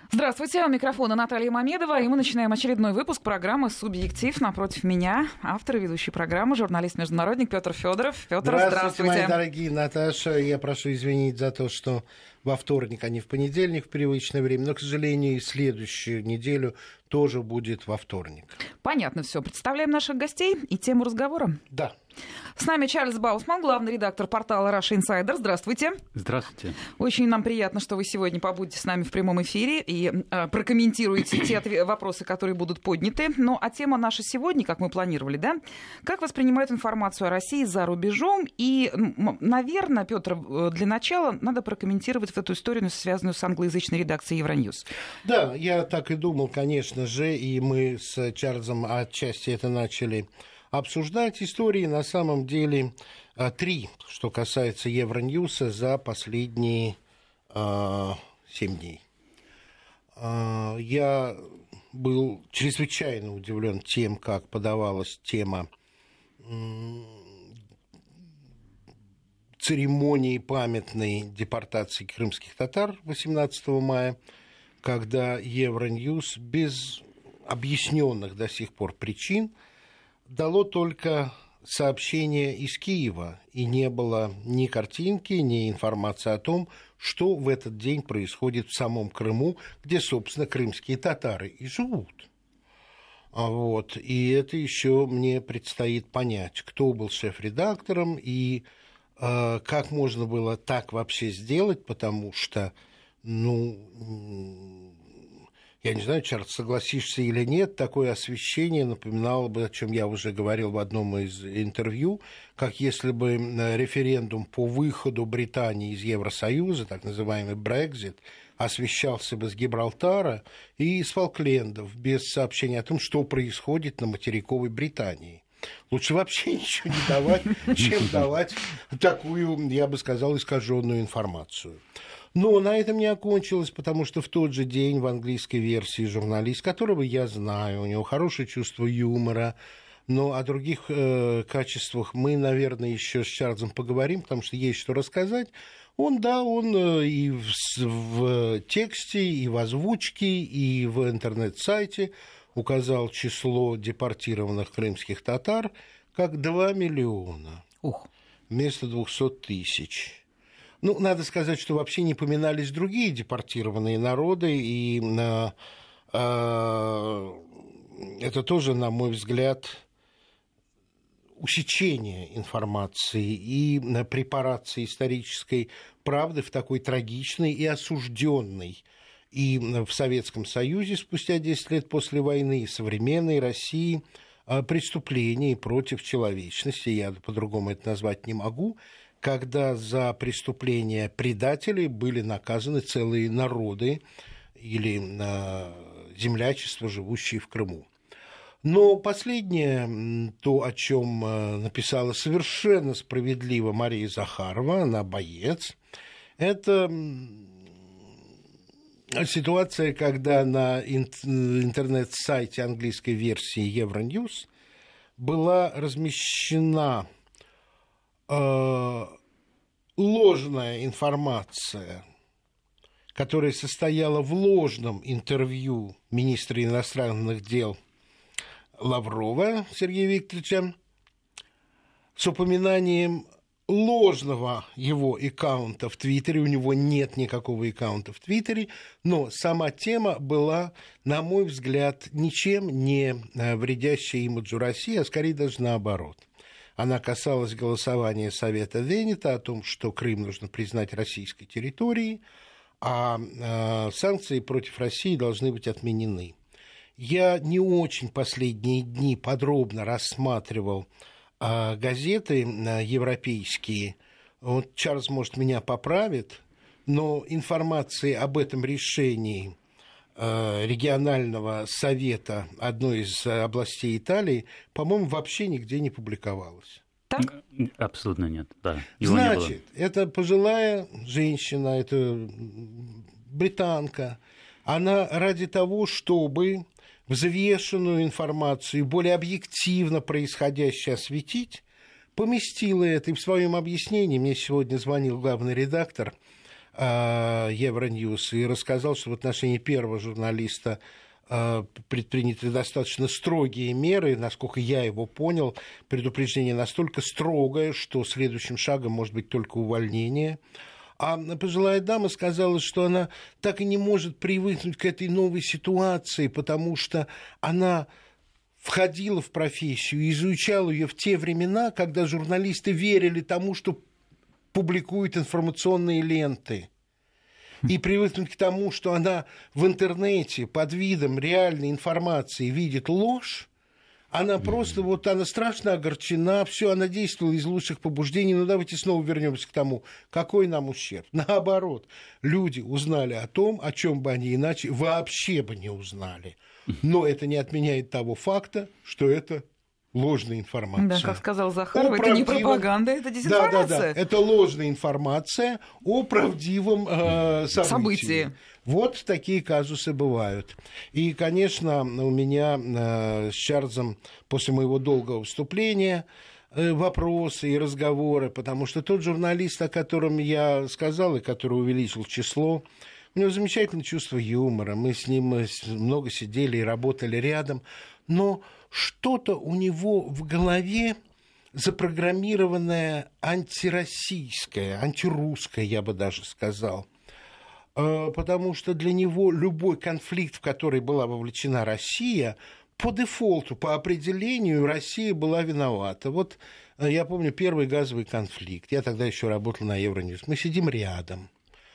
Здравствуйте, у микрофона Наталья Мамедова, и мы начинаем очередной выпуск программы «Субъектив». Напротив меня автор и ведущий программы, журналист-международник Петр Федоров. Петр, здравствуйте. Мои дорогие, Наташа. Я прошу извинить за то, что во вторник, а не в понедельник в привычное время, но, к сожалению, и следующую неделю тоже будет во вторник. Понятно все. Представляем наших гостей и тему разговора. Да. С нами Чарльз Баусман, главный редактор портала Russia Insider. Здравствуйте. Здравствуйте. Очень нам приятно, что вы сегодня побудете с нами в прямом эфире и прокомментируете те вопросы, которые будут подняты. Ну, а тема наша сегодня, как мы планировали, да? Как воспринимают информацию о России за рубежом? И, наверное, Петр, для начала надо прокомментировать эту историю, связанную с англоязычной редакцией Евроньюз. Да, я так и думал, конечно же, и мы с Чарльзом отчасти это начали обсуждать. Истории на самом деле три, что касается Евроньюса за последние 7 дней. Я был чрезвычайно удивлен тем, как подавалась тема церемонии памятной депортации крымских татар 18 мая, когда Евроньюз без объясненных до сих пор причин дало только сообщение из Киева, и не было ни картинки, ни информации о том, что в этот день происходит в самом Крыму, где, собственно, крымские татары и живут. Вот. И это еще мне предстоит понять, кто был шеф-редактором и как можно было так вообще сделать, потому что, я не знаю, Чарльз, согласишься или нет, такое освещение напоминало бы, о чем я уже говорил в одном из интервью, как если бы референдум по выходу Британии из Евросоюза, так называемый Брексит, освещался бы с Гибралтара и с Фолклендов, без сообщения о том, что происходит на материковой Британии. Лучше вообще ничего не давать, чем давать такую, я бы сказал, искаженную информацию. Но на этом не окончилось, потому что в тот же день в английской версии журналист, которого я знаю, у него хорошее чувство юмора, но о других качествах мы, наверное, еще с Чарльзом поговорим, потому что есть что рассказать. Он и в тексте, и в озвучке, и в интернет-сайте указал число депортированных крымских татар как 2 миллиона вместо 200 тысяч. Надо сказать, что вообще не поминались другие депортированные народы, и это тоже, на мой взгляд, усечение информации и препарации исторической правды в такой трагичной и осужденной и в Советском Союзе спустя 10 лет после войны, и в современной России преступлений против человечности, я по-другому это назвать не могу, когда за преступления предателей были наказаны целые народы или землячества, живущие в Крыму. Но последнее, то, о чем написала совершенно справедливо Мария Захарова, она боец, это ситуация, когда на интернет-сайте английской версии Евроньюз была размещена ложная информация, которая состояла в ложном интервью министра иностранных дел Лаврова Сергея Викторовича с упоминанием ложного его аккаунта в Твиттере. У него нет никакого аккаунта в Твиттере, но сама тема была, на мой взгляд, ничем не вредящая имиджу России, а скорее даже наоборот. Она касалась голосования Совета Венета о том, что Крым нужно признать российской территорией, а санкции против России должны быть отменены. Я не очень последние дни подробно рассматривал газеты европейские. Вот Чарльз, может, меня поправит, но информации об этом решении регионального совета одной из областей Италии, по-моему, вообще нигде не публиковалось. Так? Абсолютно нет, да. Значит, это пожилая женщина, это британка. Она ради того, чтобы взвешенную информацию, более объективно происходящее осветить, поместила это. И в своем объяснении мне сегодня звонил главный редактор Евроньюз и рассказал, что в отношении первого журналиста предприняты достаточно строгие меры, насколько я его понял, предупреждение настолько строгое, что следующим шагом может быть только увольнение. А пожилая дама сказала, что она так и не может привыкнуть к этой новой ситуации, потому что она входила в профессию и изучала ее в те времена, когда журналисты верили тому, что публикуют информационные ленты. И привыкнуть к тому, что она в интернете под видом реальной информации видит ложь, она просто, она страшно огорчена, все, она действовала из лучших побуждений. Но давайте снова вернемся к тому, какой нам ущерб. Наоборот, люди узнали о том, о чем бы они иначе вообще бы не узнали. Но это не отменяет того факта, что это ложная информация. Да, как сказал Захаров, это не пропаганда, это дезинформация. Да. Это ложная информация о правдивом событии. Вот такие казусы бывают. И, конечно, у меня с Чарльзом после моего долгого выступления вопросы и разговоры, потому что тот журналист, о котором я сказал и который увеличил число, у него замечательное чувство юмора. Мы с ним много сидели и работали рядом. Но что-то у него в голове запрограммированное антироссийское, антирусское, я бы даже сказал. Потому что для него любой конфликт, в который была вовлечена Россия, по дефолту, по определению, Россия была виновата. Вот я помню первый газовый конфликт. Я тогда еще работал на Евроньюз. Мы сидим рядом.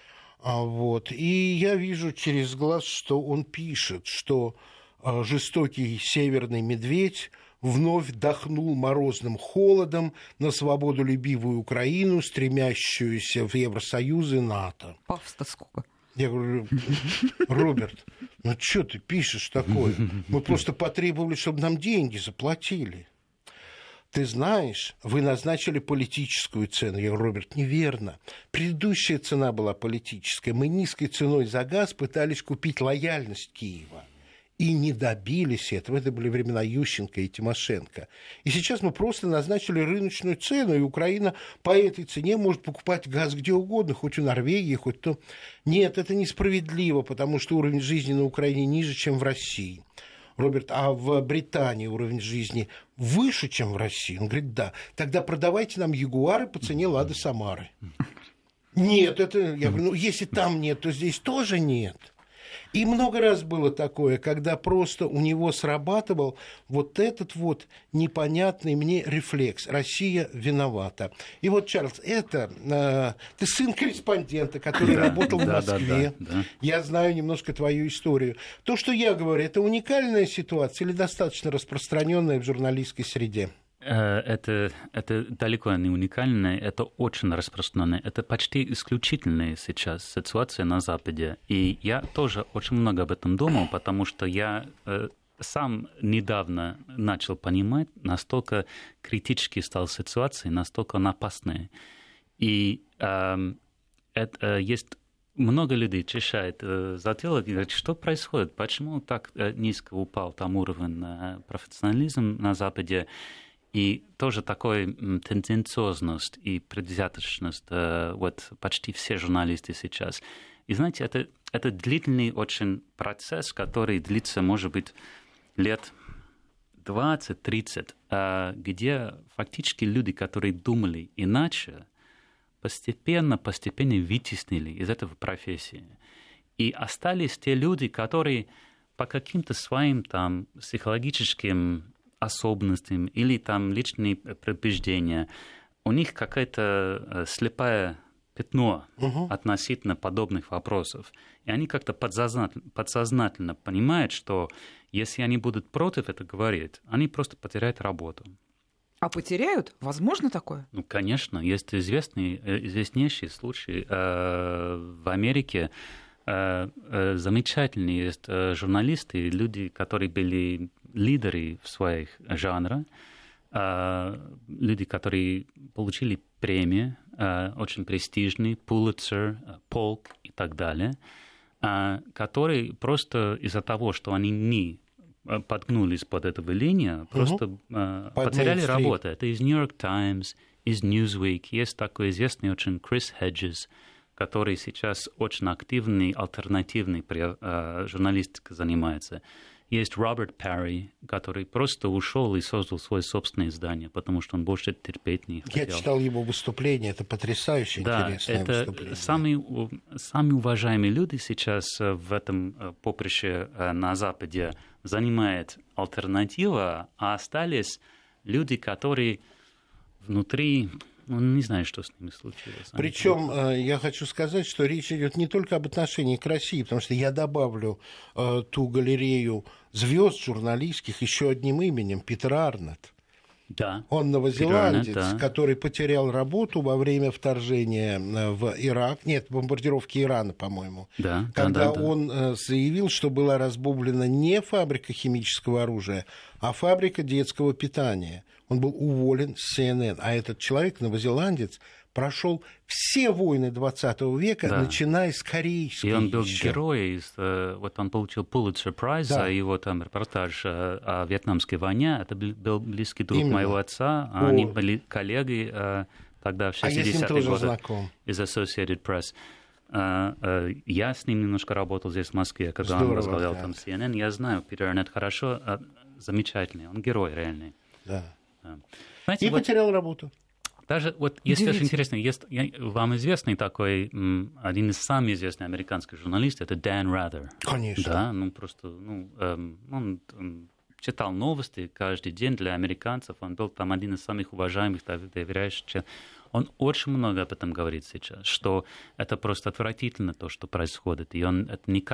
И я вижу через глаз, что он пишет, что жестокий северный медведь вновь дохнул морозным холодом на свободолюбивую Украину, стремящуюся в Евросоюз и НАТО. Пафос-то сколько. Я говорю, Роберт, ну что ты пишешь такое? Мы просто потребовали, чтобы нам деньги заплатили. Ты знаешь, вы назначили политическую цену. Я говорю, Роберт, неверно. Предыдущая цена была политическая. Мы низкой ценой за газ пытались купить лояльность Киева. И не добились этого. Это были времена Ющенко и Тимошенко. И сейчас мы просто назначили рыночную цену, и Украина по этой цене может покупать газ где угодно, хоть у Норвегии, хоть то. Нет, это несправедливо, потому что уровень жизни на Украине ниже, чем в России. Роберт, а в Британии уровень жизни выше, чем в России? Он говорит, да. Тогда продавайте нам Ягуары по цене Лады Самары. Нет, это... Я говорю, если там нет, то здесь тоже нет. И много раз было такое, когда просто у него срабатывал вот этот вот непонятный мне рефлекс. Россия виновата. И вот, Чарльз, это... ты сын корреспондента, который работал в Москве. Да. Я знаю немножко твою историю. То, что я говорю, это уникальная ситуация или достаточно распространенная в журналистской среде? Это далеко не уникальное, это очень распространенное, это почти исключительная сейчас ситуация на Западе. И я тоже очень много об этом думал, потому что я сам недавно начал понимать, настолько критически стала ситуация, настолько она опасная. И есть много людей чешает затылок и говорит, что происходит, почему так низко упал там уровень профессионализма на Западе. И тоже такой тенденциозность и предвзяточность вот почти все журналисты сейчас. И знаете, это длительный очень процесс, который длится, может быть, лет 20-30, где фактически люди, которые думали иначе, постепенно вытеснили из этого профессии. И остались те люди, которые по каким-то своим там психологическим особенностям или там личные предубеждения, у них какое-то слепое пятно относительно подобных вопросов. И они как-то подсознательно понимают, что если они будут против этого говорить, они просто потеряют работу. А потеряют? Возможно такое? Ну, конечно. Есть известнейшие случаи в Америке. Замечательные есть журналисты, люди, которые были лидеры в своих жанрах, люди, которые получили премии, очень престижные, Pulitzer, Polk и так далее, которые просто из-за того, что они не подгнулись под эту линию, просто потеряли работу. Это из New York Times, из Newsweek. Есть такой известный очень Крис Хеджес, который сейчас очень активный, альтернативный журналистикой занимается. Есть Роберт Перри, который просто ушел и создал свое собственное издание, потому что он больше терпеть не хотел. Я читал его выступление, это потрясающе интересное выступление. Самые уважаемые люди сейчас в этом поприще на Западе занимают альтернатива, а остались люди, которые внутри... не знаю, что с ними случилось. Причем я хочу сказать, что речь идет не только об отношении к России, потому что я добавлю ту галерею звезд журналистских еще одним именем — Питер Арнетт. Да. Он новозеландец, да. который потерял работу во время вторжения в Ирак, бомбардировки Ирана, по-моему, когда он заявил, что была разбомблена не фабрика химического оружия, а фабрика детского питания. Он был уволен с CNN, а этот человек, новозеландец, прошел все войны 20 века, начиная с корейской. И он был героем, он получил Pulitzer Prize за его там репортаж о Вьетнамской войне. Это был близкий друг моего отца, они были коллеги тогда в 60-е годы знаком. из Associated Press. Я с ним немножко работал здесь в Москве, когда он возглавлял там CNN. Я знаю Питер Арнетт хорошо, замечательный, он герой реальный. Да. Знаете, и потерял работу. Даже есть очень интересно, вам известный такой, один из самых известных американских журналистов, это Дэн Ратher. Конечно. Да, он читал новости каждый день для американцев, он был там один из самых уважаемых, доверяющих. Он очень много об этом говорит сейчас, что это просто отвратительно то, что происходит, и он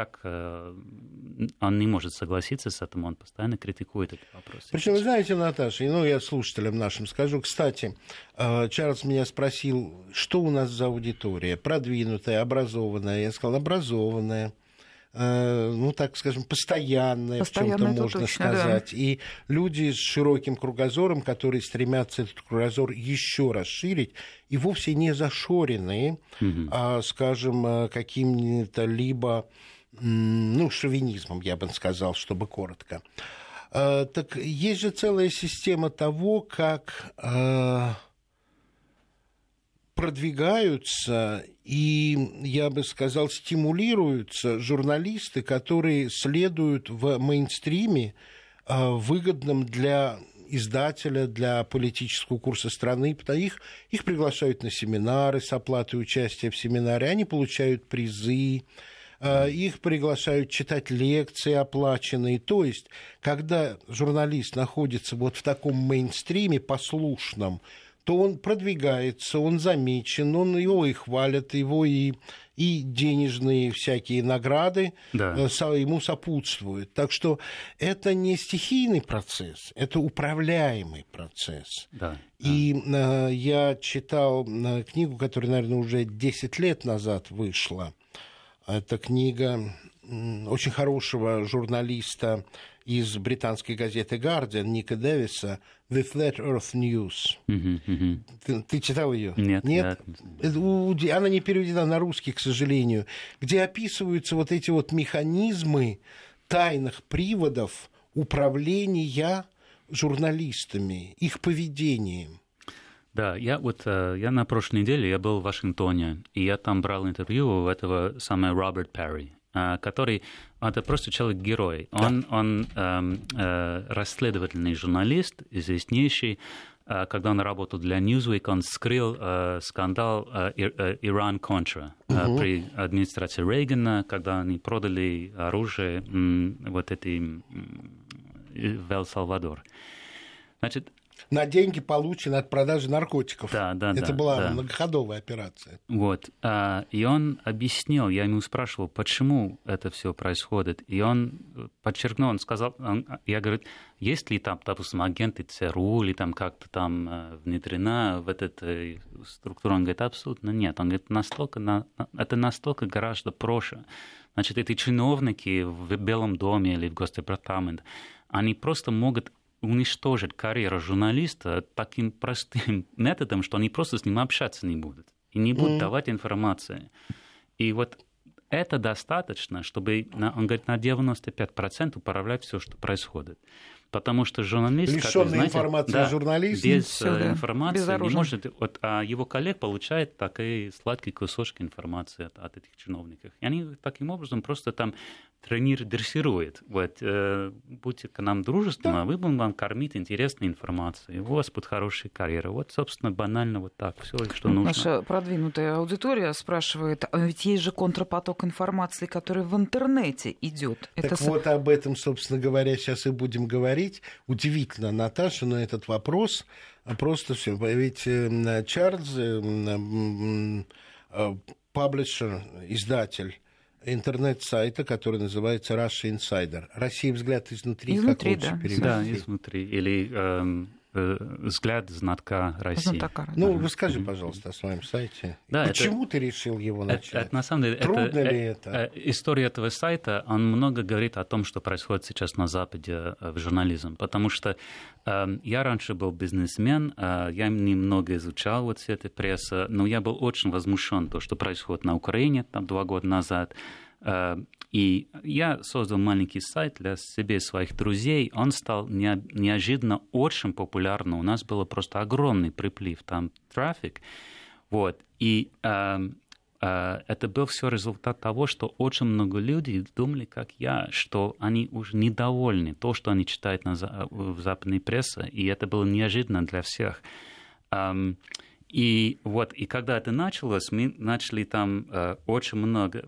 не может согласиться с этим, он постоянно критикует этот вопрос. Причем, вы знаете, Наташа, я слушателям нашим скажу, кстати, Чарльз меня спросил, что у нас за аудитория, продвинутая, образованная. Я сказал, образованная. Так скажем, постоянное, в чем-то можно точно, сказать. Да. И люди с широким кругозором, которые стремятся этот кругозор еще расширить, и вовсе не зашоренные, скажем, каким-то либо, шовинизмом, я бы сказал, чтобы коротко. Так есть же целая система того, как продвигаются и, я бы сказал, стимулируются журналисты, которые следуют в мейнстриме, выгодном для издателя, для политического курса страны. Их приглашают на семинары с оплатой участия в семинаре, они получают призы, их приглашают читать лекции оплаченные. То есть, когда журналист находится вот в таком мейнстриме послушном, то он продвигается, он замечен, его и хвалят, его и денежные всякие награды ему сопутствуют. Так что это не стихийный процесс, это управляемый процесс. И я читал книгу, которая, наверное, уже 10 лет назад вышла. Это книга очень хорошего журналиста из британской газеты «Guardian» Ника Дэвиса «The Flat Earth News». Ты читал ее? Нет? Она не переведена на русский, к сожалению, где описываются вот эти вот механизмы тайных приводов управления журналистами, их поведением. Да, я на прошлой неделе я был в Вашингтоне, и я там брал интервью у этого самого Роберт Перри, который это просто человек-герой. Он расследовательный журналист, известнейший. Когда он работал для Newsweek, он вскрыл скандал Иран-Контра при администрации Рейгана, когда они продали оружие в Эл-Салвадор. Значит, на деньги, полученные от продажи наркотиков. Это была многоходовая операция. И он объяснил, я ему спрашивал, почему это все происходит. И он подчеркнул, он сказал, я говорю, есть ли там, допустим, агенты ЦРУ или там как-то там внедрена в эту структуру? Он говорит, абсолютно нет. Он говорит, это настолько гораздо проще. Значит, эти чиновники в Белом доме или в Госдепартаменте, они просто могут уничтожить карьеру журналиста таким простым методом, что они просто с ним общаться не будут и не будут давать информацию. И вот это достаточно, чтобы, он говорит, на 95% управлять все, что происходит. Потому что журналист, лишённый информации журналист, без информации не может, а его коллег получает такие сладкие кусочки информации от этих чиновников. И они таким образом просто там дрессируют. Вот, будьте к нам дружественны, мы будем вам кормить интересной информацией. У вас будет хорошая карьера. Вот, собственно, банально вот так. Все, что нужно. Наша продвинутая аудитория спрашивает, а ведь есть же контрпоток информации, который в интернете идет. Так вот об этом, собственно говоря, сейчас и будем говорить. Удивительно, Наташа, но этот вопрос просто все. Ведь Чарльз, паблишер, издатель интернет-сайта, который называется Russia Insider. Россия взгляд изнутри. Изнутри, как да, изнутри. Или взгляд знатока России. Ну, расскажи, пожалуйста, о своем сайте. Да, почему ты решил его начать? Это, на самом деле, трудно ли это? История этого сайта, он много говорит о том, что происходит сейчас на Западе в журнализме. Потому что я раньше был бизнесмен, я немного изучал вот всю эту прессу, но я был очень возмущен то, что происходит на Украине там 2 года назад. И я создал маленький сайт для себя и своих друзей. Он стал неожиданно очень популярным. У нас был просто огромный приплив, там трафик. Вот. И это был все результат того, что очень много людей думали, как я, что они уже недовольны то, что они читают в западной прессе. И это было неожиданно для всех. И вот, и когда это началось, мы начали там очень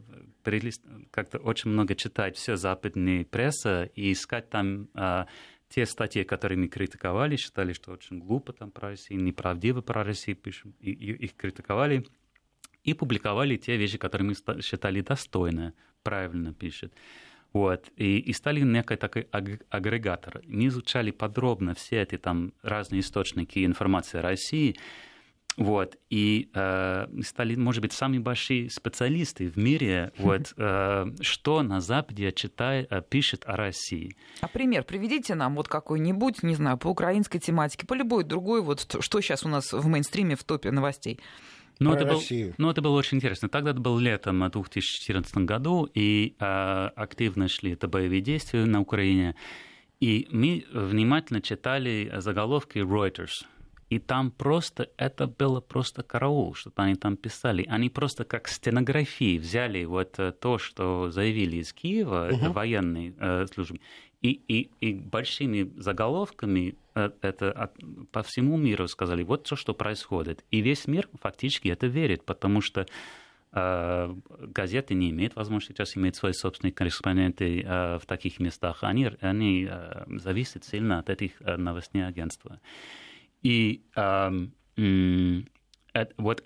много читать все западные прессы и искать там те статьи, которые мы критиковали, считали, что очень глупо там про Россию, неправдиво про Россию пишем, и их критиковали, и публиковали те вещи, которые мы считали достойны, правильно пишет. Вот. И стали некий такой агрегатор. Мы изучали подробно все эти там разные источники информации о России. Вот, и стали, может быть, самые большие специалисты в мире, вот, что на Западе пишет о России. А пример приведите нам вот какой-нибудь, не знаю, по украинской тематике, по любой другой, вот что сейчас у нас в мейнстриме, в топе новостей. Это было очень интересно. Тогда это было летом 2014 году, и активно шли это боевые действия на Украине, и мы внимательно читали заголовки Reuters. И там просто, это было просто караул, что-то они там писали. Они просто как стенографии взяли вот то, что заявили из Киева, это военные службы, и большими заголовками это по всему миру сказали, вот что происходит. И весь мир фактически это верит, потому что газеты не имеют возможности сейчас иметь свои собственные корреспонденты в таких местах. Они зависят сильно от этих новостных агентств. И вот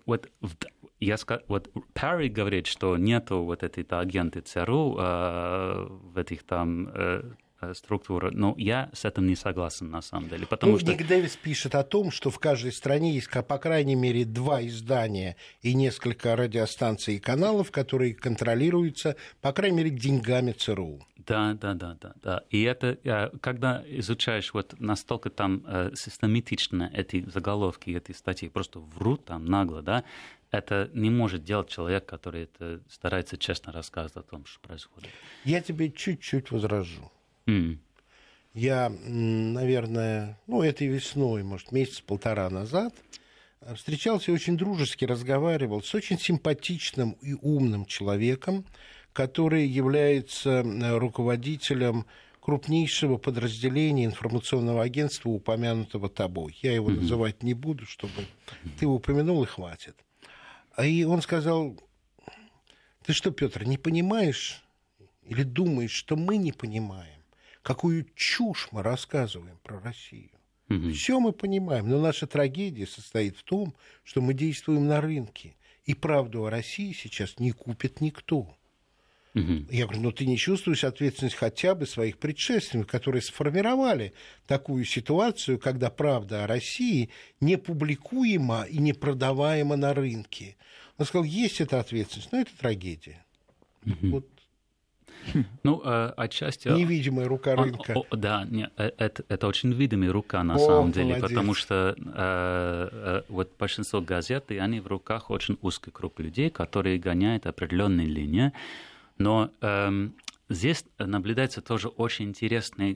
Парри говорит, что нету вот этой агенты ЦРУ в этих там структурах, но я с этим не согласен на самом деле. Потому что Ник Дэвис пишет о том, что в каждой стране есть по крайней мере 2 издания и несколько радиостанций и каналов, которые контролируются, по крайней мере, деньгами ЦРУ. Да. И это, когда изучаешь вот настолько там систематично эти заголовки, эти статьи, просто врут там нагло, да, это не может делать человек, который это старается честно рассказывать о том, что происходит. Я тебе чуть-чуть возражу. Я, наверное, этой весной, может, месяц-полтора назад встречался и очень дружески разговаривал с очень симпатичным и умным человеком, который является руководителем крупнейшего подразделения информационного агентства, упомянутого тобой. Я его называть не буду, чтобы ты его упомянул, и хватит. И он сказал: ты что, Петр, не понимаешь или думаешь, что мы не понимаем, какую чушь мы рассказываем про Россию? Все мы понимаем, но наша трагедия состоит в том, что мы действуем на рынке, и правду о России сейчас не купит никто. Я говорю, ты не чувствуешь ответственность хотя бы своих предшественников, которые сформировали такую ситуацию, когда правда о России не публикуема и не продаваема на рынке. Он сказал, есть эта ответственность, но это трагедия. Вот. Отчасти... Невидимая рука рынка. Это очень видимая рука, на самом деле, молодец. Потому что вот большинство газет, они в руках очень узкий круг людей, которые гоняют определенные линии. Но здесь наблюдается тоже очень интересный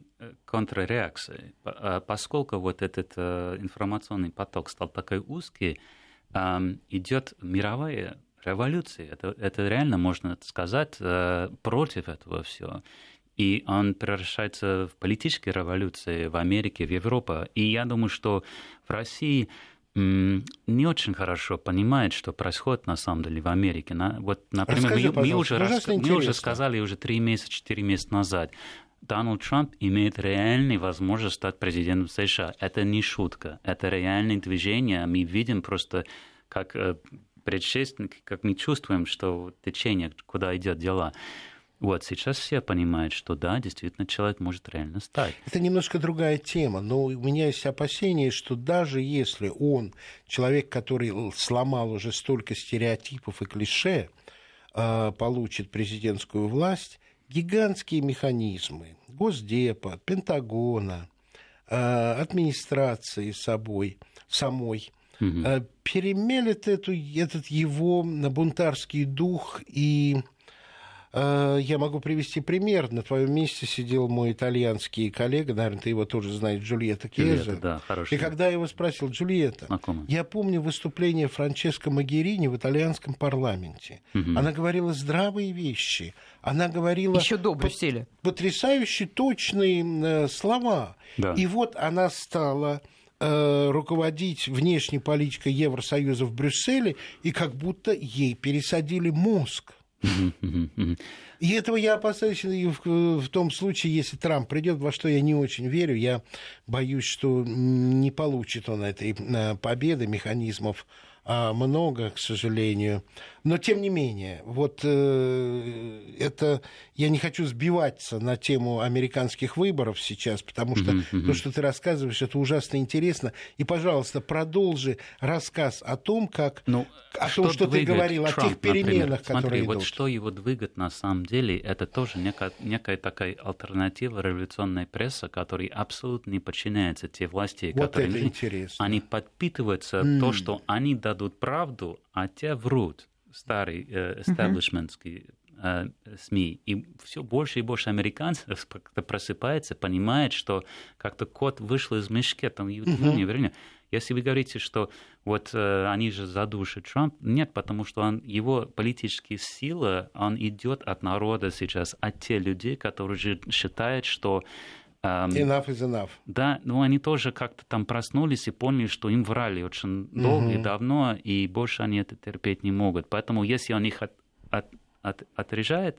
контрреакции. Поскольку вот этот информационный поток стал такой узкий, идет мировая революция. Это реально, можно сказать, против этого всего. И он превращается в политические революции в Америке, в Европе. И я думаю, что в России не очень хорошо понимает, что происходит на самом деле в Америке. Вот, например, мы уже сказали уже 3 месяца, 4 месяца назад, Дональд Трамп имеет реальную возможность стать президентом США. Это не шутка, это реальное движение. Мы видим просто, как предшественники, как мы чувствуем, что течение, куда идет дела. Вот сейчас все понимают, что да, действительно, человек может реально стать. Это немножко другая тема, но у меня есть опасение, что даже если он, человек, который сломал уже столько стереотипов и клише, получит президентскую власть, гигантские механизмы Госдепа, Пентагона, администрации самой перемелет этот его бунтарский дух. И я могу привести пример. На твоем месте сидел мой итальянский коллега, наверное, ты его тоже знаешь, Джульетта Кьеза. Да, и когда я его спросил: Джульетта, я помню выступление Франческо Могерини в итальянском парламенте. Она говорила здравые вещи. Она говорила еще до Брюсселя потрясающе точные слова. Да. И вот она стала руководить внешней политикой Евросоюза в Брюсселе, и как будто ей пересадили мозг. И этого я опасаюсь в том случае, если Трамп придет, во что я не очень верю. Я боюсь, что не получит он этой победы, механизмов много, к сожалению. Но, тем не менее, вот это... Я не хочу сбиваться на тему американских выборов сейчас, потому что то, что ты рассказываешь, это ужасно интересно. И, пожалуйста, продолжи рассказ о том, как... о том, что ты говорил, Трамп, о тех переменах, например. которые идут. Вот что его двигает на самом деле, это тоже некая такая альтернатива революционной прессы, которая абсолютно не подчиняется те власти, вот которые... это интересно. Они подпитываются то, что они дадут правду, а те врут. Старый эстаблишментский СМИ. И все больше и больше американцев как-то просыпается, понимает, что как-то кот вышел из мешка. Там, если вы говорите, что вот они же задушат Трампа, нет, потому что его политические силы, он идет от народа сейчас, от тех людей, которые же считают, что enough is enough. Да, но они тоже как-то там проснулись и поняли, что им врали очень долго и давно, и больше они это терпеть не могут. Поэтому если он их отрезает,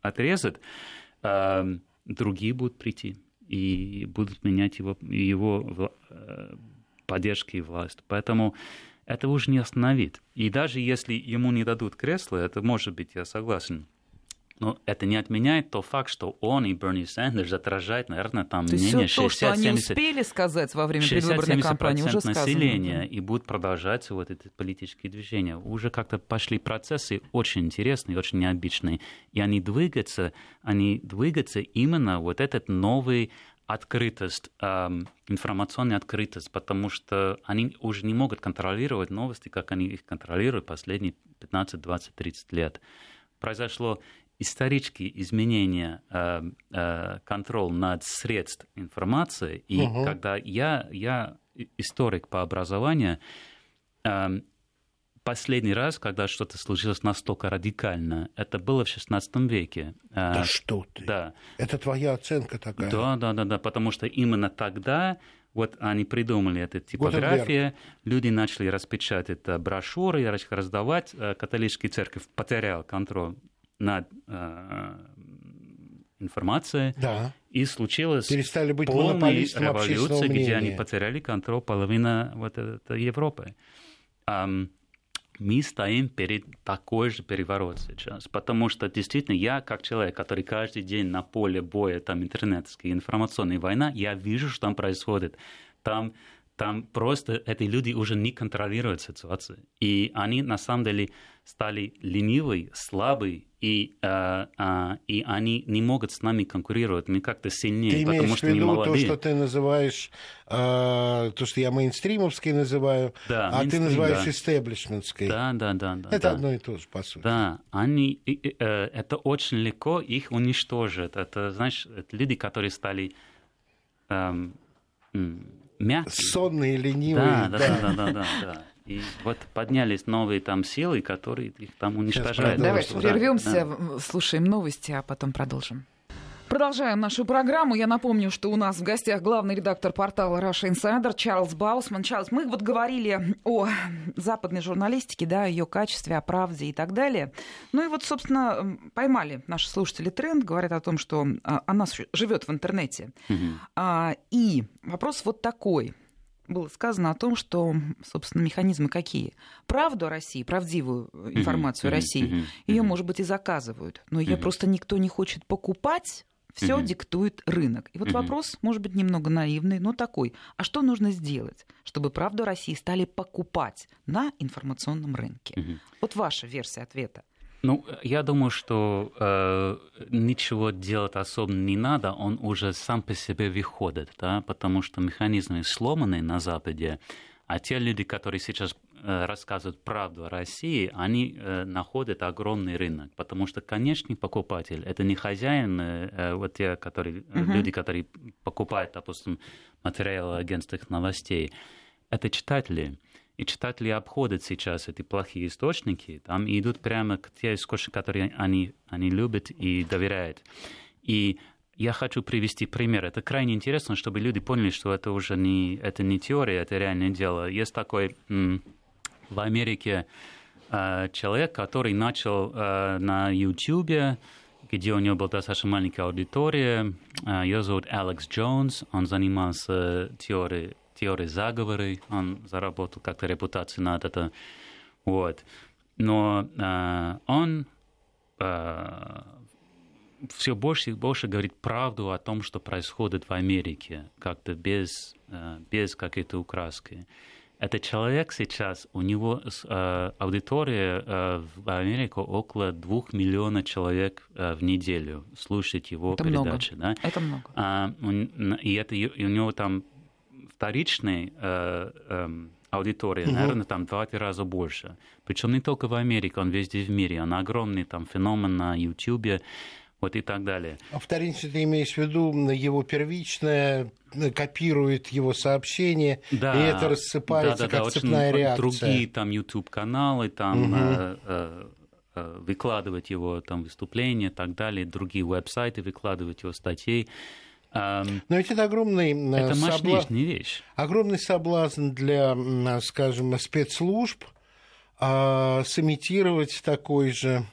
другие будут прийти и будут менять его поддержки и власть. Поэтому это уже не остановит. И даже если ему не дадут кресло, это может быть, я согласен. Но это не отменяет тот факт, что он и Берни Сандерс отражают, наверное, там мнение 60-70%. То, что они успели сказать во время предвыборной кампании, уже сказано. Населения, и будут продолжаться вот эти политические движения. Уже как-то пошли процессы очень интересные, очень необычные. И они двигаются именно вот этот новый открытость, информационная открытость, потому что они уже не могут контролировать новости, как они их контролируют последние 15, 20, 30 лет. Произошло исторические изменения, контроль над средством информации, и когда я историк по образованию, последний раз, когда что-то случилось настолько радикально, это было в XVI веке. Да что ты? Да. Это твоя оценка такая? Да, потому что именно тогда вот они придумали эту типографию, люди начали распечатать брошюры, раздавать, католическая церковь потеряла контроль над информацией, и случилась полная революция, где они потеряли контроль половины вот этой Европы. Мы стоим перед такой же переворот сейчас, потому что действительно я, как человек, который каждый день на поле боя, там интернетская информационная война, я вижу, что там происходит. Там просто эти люди уже не контролируют ситуацию. И они на самом деле стали ленивые, слабые, и они не могут с нами конкурировать. Мы как-то сильнее, потому что они молодые. То, что ты называешь, то, что я мейнстримовской называю, а ты называешь истеблишментской. Да. Это одно и то же, по сути. Да, это очень легко их уничтожить. Это, знаешь, это люди, которые стали мягкие. Сонные, ленивые. Да. И вот поднялись новые там силы, которые их там уничтожают. Давайте прервемся, слушаем новости, а потом продолжим. Продолжаем нашу программу. Я напомню, что у нас в гостях главный редактор портала Russia Insider Чарльз Баусман. Чарльз, мы вот говорили о западной журналистике, да, ее качестве, о правде и так далее. Ну и вот, собственно, поймали наши слушатели тренд, говорят о том, что она живет в интернете. И вопрос вот такой. Было сказано о том, что, собственно, механизмы какие? Правду о России, правдивую информацию о России, ее, может быть, и заказывают, но ее просто никто не хочет покупать. Все диктует рынок. И вот вопрос, может быть, немного наивный, но такой. А что нужно сделать, чтобы правду России стали покупать на информационном рынке? Вот ваша версия ответа. Ну, я думаю, что ничего делать особо не надо, он уже сам по себе выходит, да, потому что механизмы сломаны на Западе, а те люди, которые сейчас рассказывают правду о России, они находят огромный рынок, потому что конечный покупатель – это не хозяин, вот те, которые, люди, которые покупают, допустим, материалы агентских новостей, это читатели. И читатели обходят сейчас эти плохие источники, там и идут прямо к тем источникам, которые они любят и доверяют. И я хочу привести пример. Это крайне интересно, чтобы люди поняли, что это уже не теория, это реальное дело. Есть такой в Америке человек, который начал на YouTube, где у него была достаточно маленькая аудитория. Его зовут Алекс Джонс. Он занимался теорией заговора. Он заработал как-то репутацию над это. Вот. Но он все больше и больше говорит правду о том, что происходит в Америке, как-то без какой-то украски. Этот человек сейчас, у него аудитория в Америке около 2 миллионов человек в неделю слушает его это передачи. Много. Да? Это много. И у него там вторичная аудитория, наверное, там 2-3 раза больше. Причем не только в Америке, он везде в мире. Он огромный там феномен на YouTube. Вот и так далее. А вторично ты имеешь в виду его первичное, копирует его сообщение, да, и это рассыпается как цепная реакция. Другие там YouTube-каналы, там выкладывать его там выступления и так далее, другие веб-сайты выкладывать его статьи. Но ведь это огромный вещь. Огромный соблазн для, скажем, спецслужб сымитировать такой же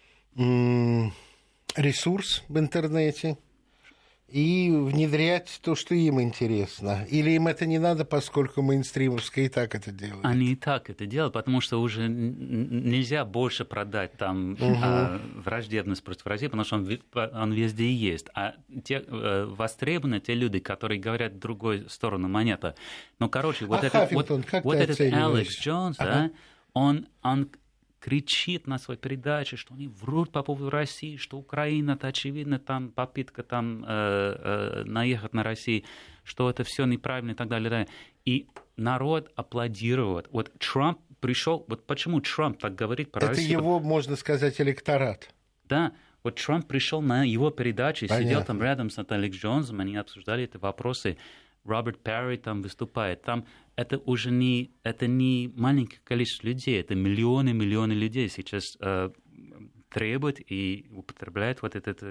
ресурс в интернете и внедрять то, что им интересно. Или им это не надо, поскольку мейнстримовское и так это делает? Они и так это делают, потому что уже нельзя больше продать там враждебность против России, потому что он везде и есть. А востребованы те люди, которые говорят в другую сторону монеты. Ну, короче, вот этот Алекс Джонс, да, он кричит на своей передаче, что они врут по поводу России, что Украина, это очевидно, там попытка там, наехать на Россию, что это все неправильно и так далее. И народ аплодирует. Вот Трамп пришел, вот почему Трамп так говорит про Россию? Это его, можно сказать, электорат. Да, вот Трамп пришел на его передачу, сидел там рядом с Алекс Джонсом, они обсуждали эти вопросы. Роберт Перри там выступает. Там это уже не маленькое количество людей, это миллионы людей сейчас требуют и употребляют вот эту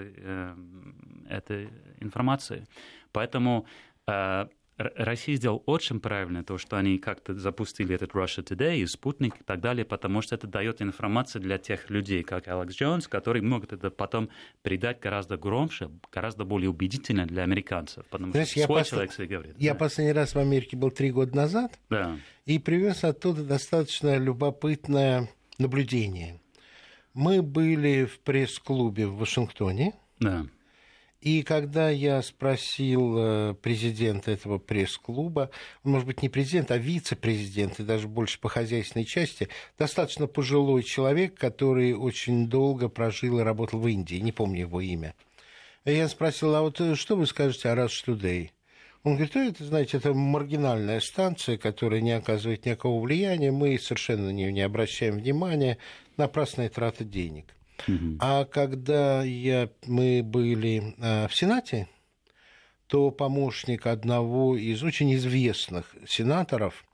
информацию. Поэтому Россия сделала очень правильно то, что они как-то запустили этот Russia Today и Спутник и так далее, потому что это дает информацию для тех людей, как Алекс Джонс, которые могут это потом передать гораздо громче, гораздо более убедительно для американцев, потому что свой человек себе говорит. Я последний раз в Америке был 3 года назад, и привез оттуда достаточно любопытное наблюдение. Мы были в пресс-клубе в Вашингтоне. Да. И когда я спросил президента этого пресс-клуба, может быть, не президент, а вице-президент, и даже больше по хозяйственной части, достаточно пожилой человек, который очень долго прожил и работал в Индии, не помню его имя. И я спросил, а вот что вы скажете о Russia Today? Он говорит, это, знаете, это маргинальная станция, которая не оказывает никакого влияния, мы совершенно на нее не обращаем внимания, напрасная трата денег. А когда мы были в Сенате, то помощник одного из очень известных сенаторов,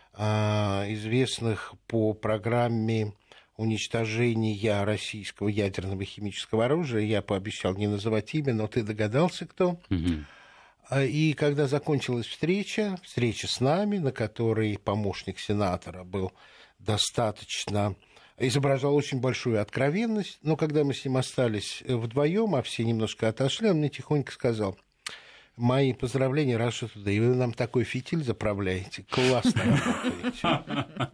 известных по программе уничтожения российского ядерного и химического оружия. Я пообещал не называть имя, но ты догадался, кто. И когда закончилась встреча с нами, на которой помощник сенатора был достаточно... изображал очень большую откровенность, но когда мы с ним остались вдвоем, а все немножко отошли, он мне тихонько сказал: мои поздравления, Russia Today, вы нам такой фитиль заправляете, классно работаете.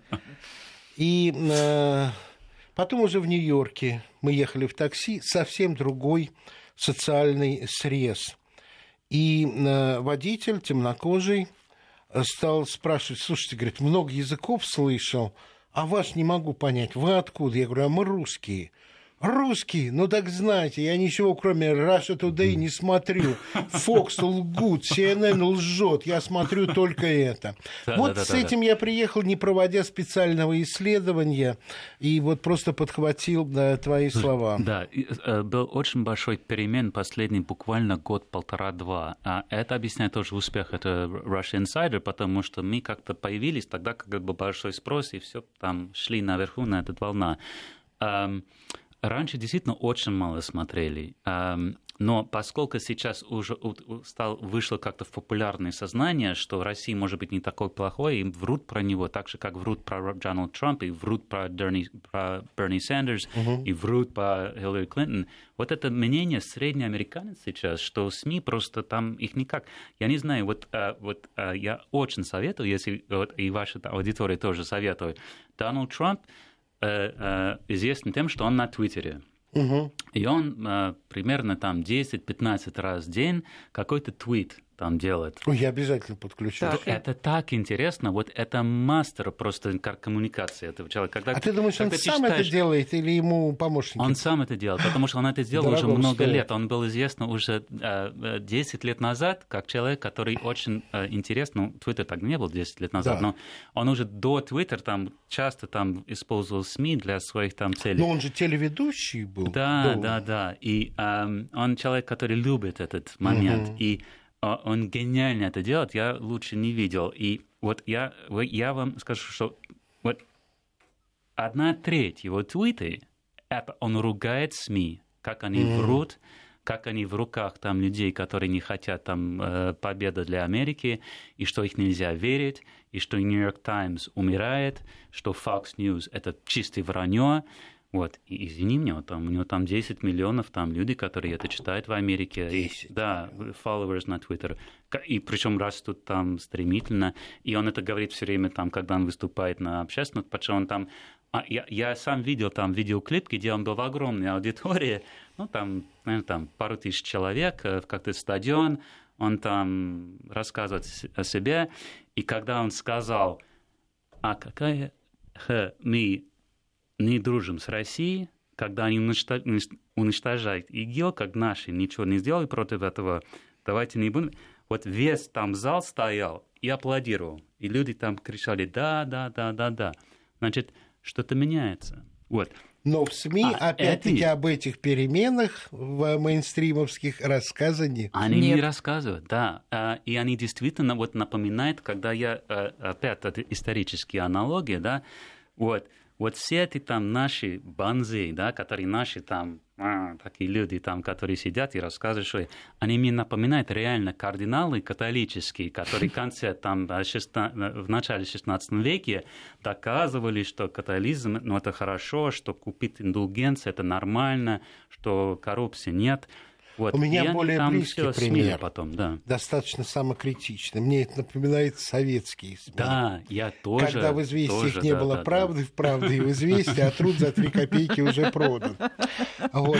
И потом уже в Нью-Йорке мы ехали в такси, совсем другой социальный срез. И водитель, темнокожий, стал спрашивать: слушайте, говорит, много языков слышал, а вас не могу понять, вы откуда? Я говорю: а мы русские. Русские? Ну так знаете, я ничего кроме Russia Today не смотрю. Fox лгут, CNN лжет, я смотрю только это. С этим я приехал, не проводя специального исследования, и вот просто подхватил твои слова. Да, был очень большой перемен последний буквально год, полтора-два. Это объясняет тоже успех это Russia Insider, потому что мы как-то появились тогда, когда был большой спрос, и все там шли наверху на эту волну. Раньше действительно очень мало смотрели, но поскольку сейчас уже вышло как-то в популярное сознание, что Россия может быть не такой плохой, и врут про него так же, как врут про Дональда Трампа, и врут про Берни Сандерс, и врут про Хиллари Клинтон. Вот это мнение средний американец сейчас, что СМИ просто там их никак... Я не знаю, я очень советую, если и ваша аудитория тоже советует, Дональд Трамп известен тем, что он на Твиттере. И он примерно там 10-15 раз в день какой-то твит там делает. Я обязательно подключусь. Это так интересно. Вот это мастер просто как коммуникация этого человека. А ты думаешь, он сам это делает или ему помощники? Он сам это делает, потому что он это сделал уже много лет. Он был известен уже 10 лет назад как человек, который очень интересно... Твиттер так не был 10 лет назад, но он уже до Твиттера там часто там использовал СМИ для своих там целей. Но он же телеведущий был. Да. И он человек, который любит этот момент. И он гениально это делает, я лучше не видел. И вот я вам скажу, что вот 1/3 его твиты, это он ругает СМИ, как они врут, как они в руках там людей, которые не хотят там победы для Америки, и что их нельзя верить, и что New York Times умирает, что Fox News это чистое вранье. Вот, и извини меня, у него там 10 миллионов там люди, которые это читают в Америке. 10. Да, followers на Twitter. И причем растут там стремительно. И он это говорит все время, там, когда он выступает на общественном, потому что он там... Я сам видел там видеоклип, где он был в огромной аудитории, ну, там, наверное, там пару тысяч человек, как-то стадион, он там рассказывает о себе. И когда он сказал, какая мы не дружим с Россией, когда они уничтожают ИГИЛ, как наши ничего не сделали против этого, давайте не будем. Вот весь там зал стоял и аплодировал. И люди там кричали «да». Значит, что-то меняется. Вот. Но в СМИ, опять-таки, об этих переменах в мейнстримовских рассказаний они не рассказывают, да. И они действительно вот напоминают, когда я, опять, это исторические аналогии, да, вот все эти там наши банзы, да, которые наши там, такие люди там, которые сидят и рассказывают, что они мне напоминают реально кардиналы католические, которые в конце, там, в начале 16 веке доказывали, что католизм, ну, это хорошо, что купить индульгенции, это нормально, что коррупции нет. Вот. У меня более близкий пример, потом, да. Достаточно самокритичный. Мне это напоминает советские СМИ. Да, я тоже. Когда в «Известиях» не было правды, в «Правде» и в «Известии», а труд за 3 копейки уже продан. Вот.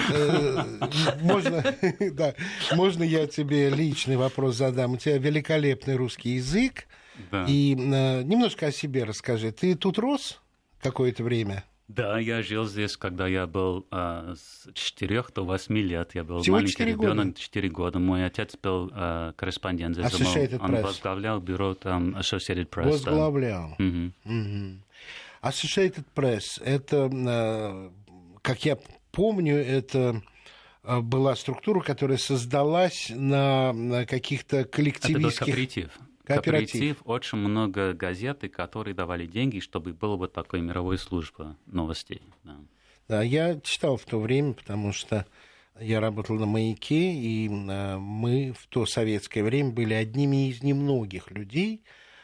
Можно я тебе личный вопрос задам? У тебя великолепный русский язык. Да. И немножко о себе расскажи. Ты тут рос какое-то время? Да, я жил здесь, когда я был с 4 до 8 лет. Я был всего маленький ребенок, 4 года. Мой отец был корреспондент здесь. Он возглавлял бюро там Associated Press. Возглавлял. Associated Press, это, как я помню, это была структура, которая создалась на каких-то коллективистских... Это был кооператив. Очень много газет, которые давали деньги, чтобы была вот такая мировая служба новостей. Да. Да, я читал в то время, потому что я работал на «Маяке», и мы в то советское время были одними из немногих людей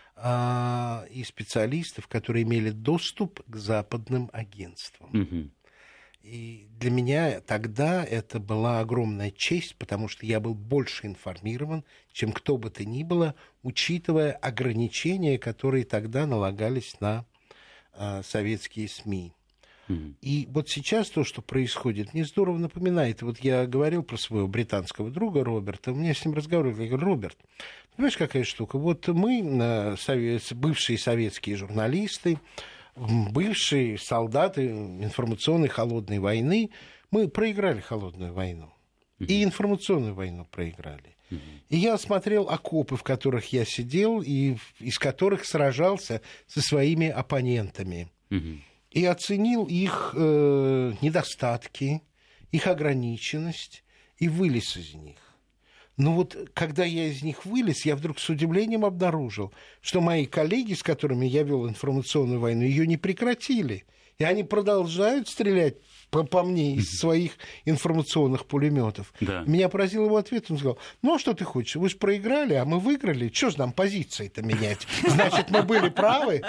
и специалистов, которые имели доступ к западным агентствам. Угу. И для меня тогда это была огромная честь, потому что я был больше информирован, чем кто бы то ни было, учитывая ограничения, которые тогда налагались на советские СМИ. И вот сейчас то, что происходит, мне здорово напоминает. Вот я говорил про своего британского друга Роберта, у меня с ним разговаривал, я говорю: Роберт, понимаешь, какая штука? Вот мы, бывшие советские журналисты, бывшие солдаты информационной холодной войны, мы проиграли холодную войну. И информационную войну проиграли. И я смотрел окопы, в которых я сидел, и из которых сражался со своими оппонентами. И оценил их недостатки, их ограниченность, и вылез из них. Но вот когда я из них вылез, я вдруг с удивлением обнаружил, что мои коллеги, с которыми я вел информационную войну, ее не прекратили. И они продолжают стрелять по мне из своих информационных пулеметов. Да. Меня поразил его ответ. Он сказал: ну, а что ты хочешь? Вы же проиграли, а мы выиграли. Чего же нам позиции-то менять? Значит, мы были правы?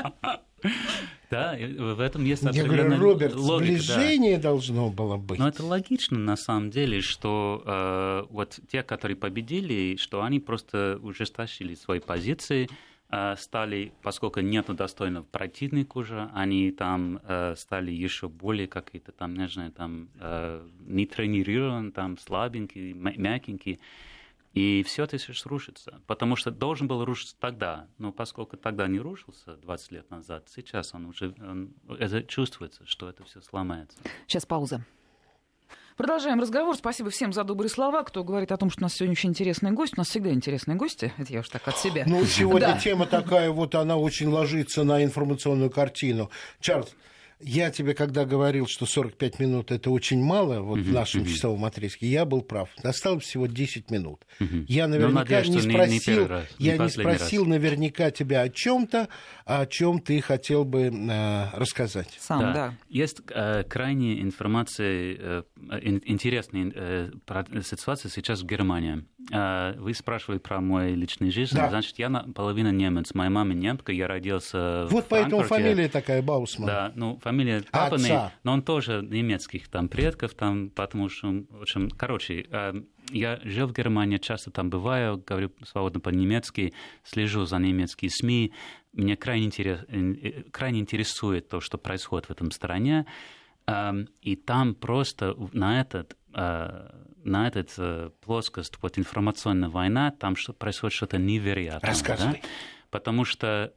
Да, в этом есть определенная логика. Я говорю: Роберт, сближение должно было быть. Но это логично, на самом деле, что вот те, которые победили, что они просто ужесточили свои позиции, стали, поскольку нету достойного противника уже, они там стали еще более какие-то там, не знаю, там не тренированные, там слабенькие, мягенькие. И все это сейчас рушится, потому что должен был рушиться тогда, но поскольку тогда не рушился 20 лет назад, сейчас это чувствуется, что это все сломается. Сейчас пауза. Продолжаем разговор. Спасибо всем за добрые слова. Кто говорит о том, что у нас сегодня очень интересный гость. У нас всегда интересные гости. Это я уж так от себя. Ну, сегодня тема такая, вот она очень ложится на информационную картину. Чарльз, я тебе когда говорил, что 45 минут это очень мало, вот в нашем часовом отрезке, я был прав. Осталось всего 10 минут. Я наверняка не спросил наверняка тебя о чем-то, о чем ты хотел бы рассказать. Сам, да. Есть крайне информация, интересная ситуация сейчас в Германии. Вы спрашивали про мою личную жизнь. Да. Значит, я наполовину немец. Моя мама немка, я родился в Франкфурте. Поэтому фамилия такая Баусман. Да, ну, фамилия папиной, но он тоже немецких там предков, там, потому что, в общем, короче, я жил в Германии, часто там бываю, говорю свободно по-немецки, слежу за немецкими СМИ. Меня крайне интересует то, что происходит в этом стране. И там просто на этот плоскость, вот информационная война, там происходит что-то невероятное. Рассказывай. Да? Потому что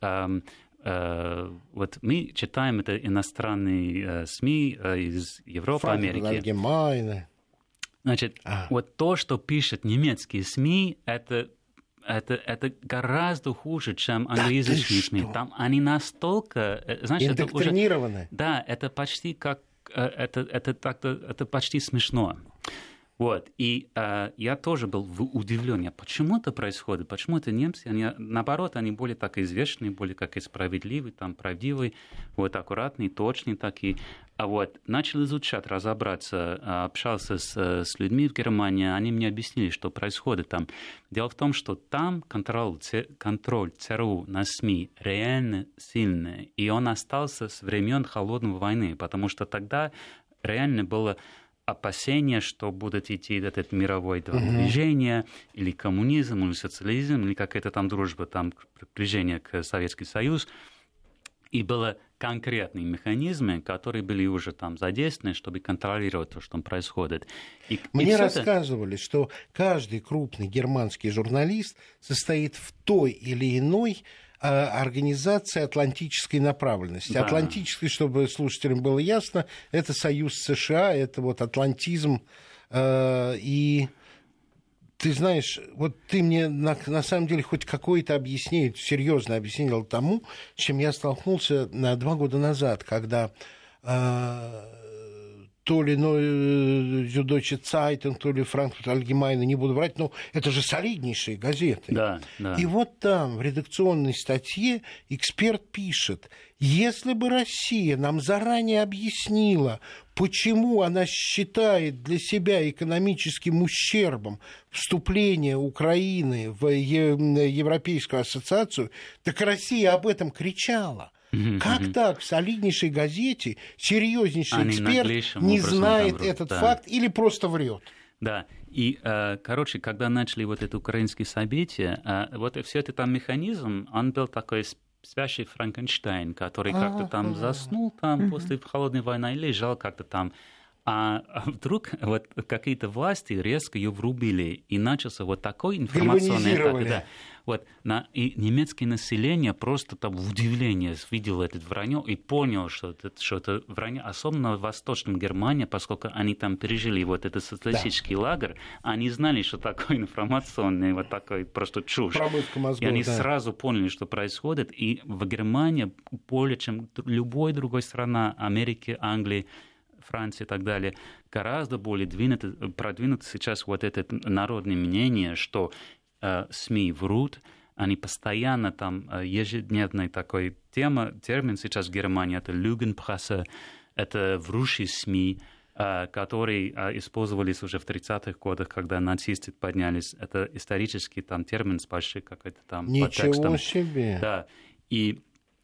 вот мы читаем это иностранные СМИ из Европы, Америки. Значит, вот то, что пишут немецкие СМИ, это гораздо хуже, чем англоязычные СМИ. Там они настолько... Знаешь, индоктринированы. Да, это почти как... Это почти смешно. Вот. И я тоже был удивлен, почему это происходит, почему это немцы, наоборот, они более так известные, более как и справедливые, там, правдивые, вот, аккуратные, точные такие. А вот начал изучать, разобраться, общался с людьми в Германии, они мне объяснили, что происходит там. Дело в том, что там контроль ЦРУ на СМИ реально сильный, и он остался с времен Холодной войны, потому что тогда реально было опасение, что будет идти это мировое движение, или коммунизм, или социализм, или какая-то там дружба, там приближение к Советскому Союзу. И были конкретные механизмы, которые были уже там задействованы, чтобы контролировать то, что там происходит. Мне рассказывали, что каждый крупный германский журналист состоит в той или иной организации атлантической направленности. Да. Атлантической, чтобы слушателям было ясно, это Союз США, это вот атлантизм. И ты знаешь, вот ты мне на самом деле хоть какое-то объяснение, серьезное объяснение дал тому, с чем я столкнулся 2 года назад, когда то ли Süddeutsche Zeitung, то ли Frankfurter Allgemeine, не буду врать, но это же солиднейшие газеты. Да, да. И вот там в редакционной статье эксперт пишет, если бы Россия нам заранее объяснила, почему она считает для себя экономическим ущербом вступление Украины в Европейскую ассоциацию, так Россия об этом кричала. Как так в солиднейшей газете серьезнейший эксперт не знает этот факт или просто врет? Да, и, короче, когда начали вот это украинские события, вот все это там механизм, он был такой спящий Франкенштейн, который как-то там заснул там после холодной войны и лежал как-то там. А вдруг вот какие-то власти резко ее врубили, и начался вот такой информационный атак. Да, вот, и немецкое население просто там в удивлении видело это вранье и понял, что это вранье, особенно в Восточном Германии, поскольку они там пережили вот этот социалистический лагерь, они знали, что такое информационный, вот такой просто чушь. Промывка мозгов, и они сразу поняли, что происходит, и в Германии более чем любой другой страна, Америки, Англии, Франции и так далее, гораздо более продвинуто сейчас вот это народное мнение, что СМИ врут, они постоянно там ежедневная такой термин сейчас в Германии, это Lügenpresse, это врущие СМИ, которые использовались уже в 30-х годах, когда нацисты поднялись. Это исторический там термин с большим какой-то там подтекстом. Ничего себе! Да, и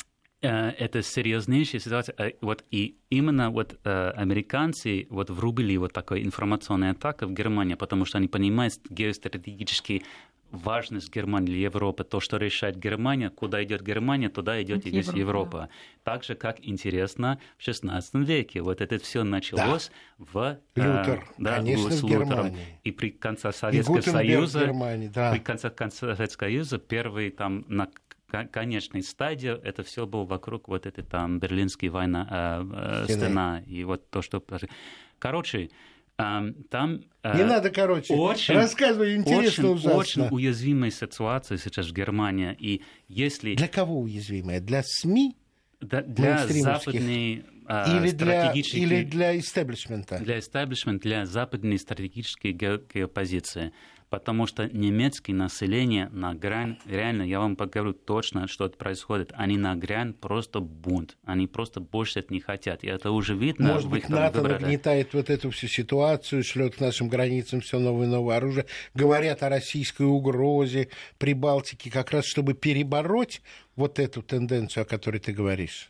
это серьезнейшая ситуация. Вот, и именно вот, американцы вот, врубили вот такой информационный атаку в Германии, потому что они понимают геостратегически важность Германии или Европы, то, что решает Германия, куда идет Германия, туда идет и весь Европа. Так же, как интересно, в XVI веке вот это все началось в Лютер, конечно, с в Лютером. Германии. И при конце Советского Союза, да. при конце Советского Союза первый там на конечной стадии это все было вокруг вот этой там Берлинской войны, стена и вот то, что... Короче, там... Не надо, короче. Рассказывай, интересно ужасно. Очень уязвимая ситуация сейчас в Германии. И если... Для кого уязвимая? Для СМИ? Для западной стратегической... Или для истеблишмента? Для истеблишмента, для западной стратегической геопозиции. Потому что немецкое население на грани, реально, я вам поговорю точно, что это происходит, они на грани просто бунт, они просто больше это не хотят, и это уже видно. Может быть, НАТО нагнетает вот эту всю ситуацию, шлет к нашим границам все новое и новое оружие, говорят о российской угрозе при Балтике, как раз чтобы перебороть вот эту тенденцию, о которой ты говоришь.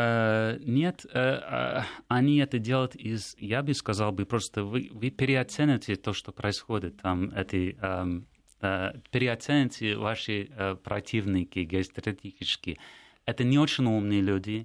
Нет, они это делают я бы сказал, просто вы переоцените то, что происходит там, переоцените ваши противники геостратегически. Это не очень умные люди,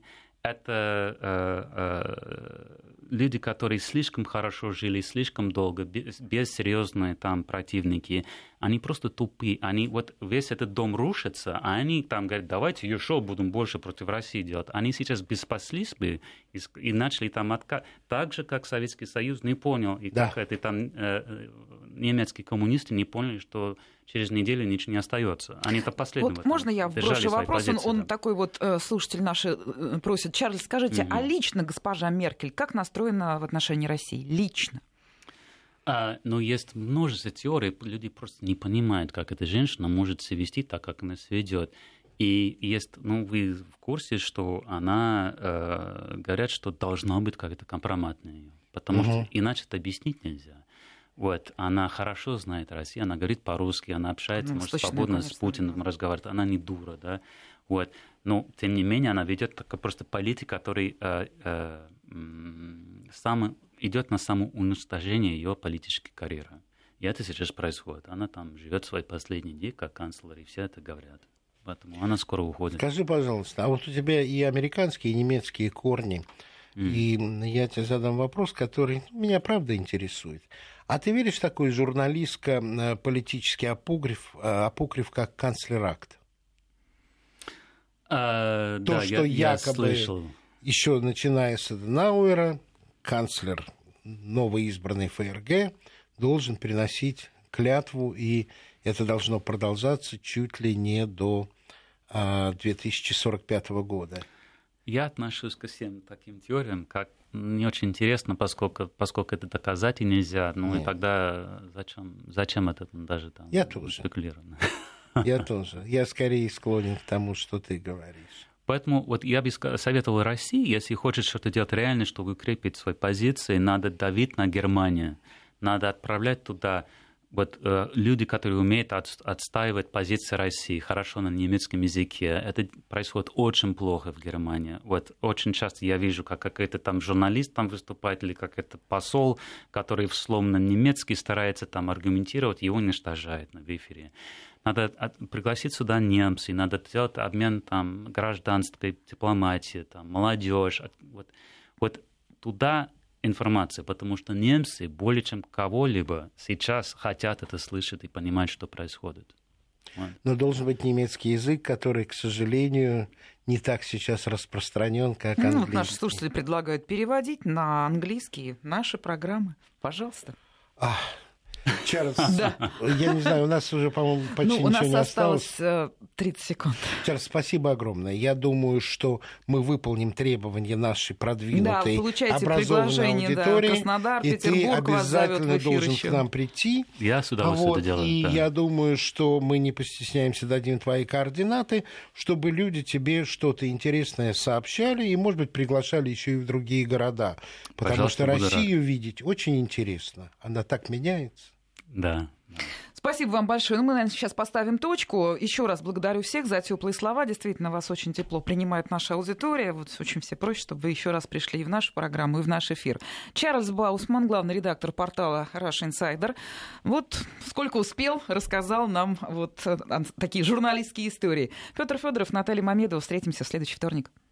это люди, которые слишком хорошо жили, слишком долго, без серьезные там противники, они просто тупые. Они вот весь этот дом рушится, а они там говорят, давайте еще будем больше против России делать. Они сейчас беспаслись бы и начали там так же, как Советский Союз не понял, и как это там немецкие коммунисты не поняли, что через неделю ничего не остается. Они это последнего. Вот можно я вброшу вопрос? Он такой вот, слушатель наш просит. Чарльз, скажите, а лично госпожа Меркель как настроена в отношении России? Лично? Ну, есть множество теорий. Люди просто не понимают, как эта женщина может себя вести так, как она себя ведет. И есть, вы в курсе, что она, говорят, что должна быть какая-то компромат на нее. Потому что иначе это объяснить нельзя. Вот, она хорошо знает Россию, она говорит по-русски, она общается, может свободно с Путиным разговаривать, она не дура, да. Вот. Но, тем не менее, она ведет такой просто политику, который идет на самоуничтожение ее политической карьеры. И это сейчас происходит. Она там живет свои последние дни как канцлер, и все это говорят. Поэтому она скоро уходит. Скажи, пожалуйста, а вот у тебя и американские, и немецкие корни, и я тебе задам вопрос, который меня правда интересует. А ты веришь в такой журналистско-политический апокриф, как канцлеракт? Что якобы слышал. Еще начиная с Аденауэра, канцлер новоизбранный ФРГ должен приносить клятву, и это должно продолжаться чуть ли не до 2045 года. Я отношусь ко всем таким теориям, как не очень интересно, поскольку это доказать и нельзя. Ну и тогда зачем это даже там спекулировать? Я тоже. Я скорее склонен к тому, что ты говоришь. Поэтому вот я бы советовал России, если хочет что-то делать реально, чтобы укрепить свои позиции, надо давить на Германию, надо отправлять туда вот люди, которые умеют отстаивать позиции России хорошо на немецком языке. Это происходит очень плохо в Германии. Вот очень часто я вижу, как какой-то там журналист там выступает или какой-то посол, который словно немецкий старается там аргументировать, его уничтожает в эфире. Надо пригласить сюда немцев, надо делать обмен там гражданской дипломатии, там молодежь. Вот туда информация, потому что немцы более чем кого-либо сейчас хотят это слышать и понимать, что происходит. Но должен быть немецкий язык, который, к сожалению, не так сейчас распространен, как английский. Вот наши слушатели предлагают переводить на английский наши программы. Пожалуйста. Чарльз, я не знаю, у нас уже, по-моему, почти ничего не осталось. У нас осталось 30 секунд. Чарльз, спасибо огромное. Я думаю, что мы выполним требования нашей продвинутой, образованной аудитории. Краснодар, и Петербург ты обязательно должен еще. К нам прийти. Я с удовольствием это делаю. И я думаю, что мы не постесняемся, дадим твои координаты, чтобы люди тебе что-то интересное сообщали и, может быть, приглашали еще и в другие города. Потому что Россию видеть очень интересно. Она так меняется. Да. Спасибо вам большое. Мы, наверное, сейчас поставим точку. Еще раз благодарю всех за теплые слова. Действительно, вас очень тепло принимает наша аудитория. Вот очень все просят, чтобы вы еще раз пришли и в нашу программу, и в наш эфир. Чарльз Баусман, главный редактор портала Russia Insider. Вот сколько успел, рассказал нам вот такие журналистские истории. Петр Федоров, Наталья Мамедова. Встретимся в следующий вторник.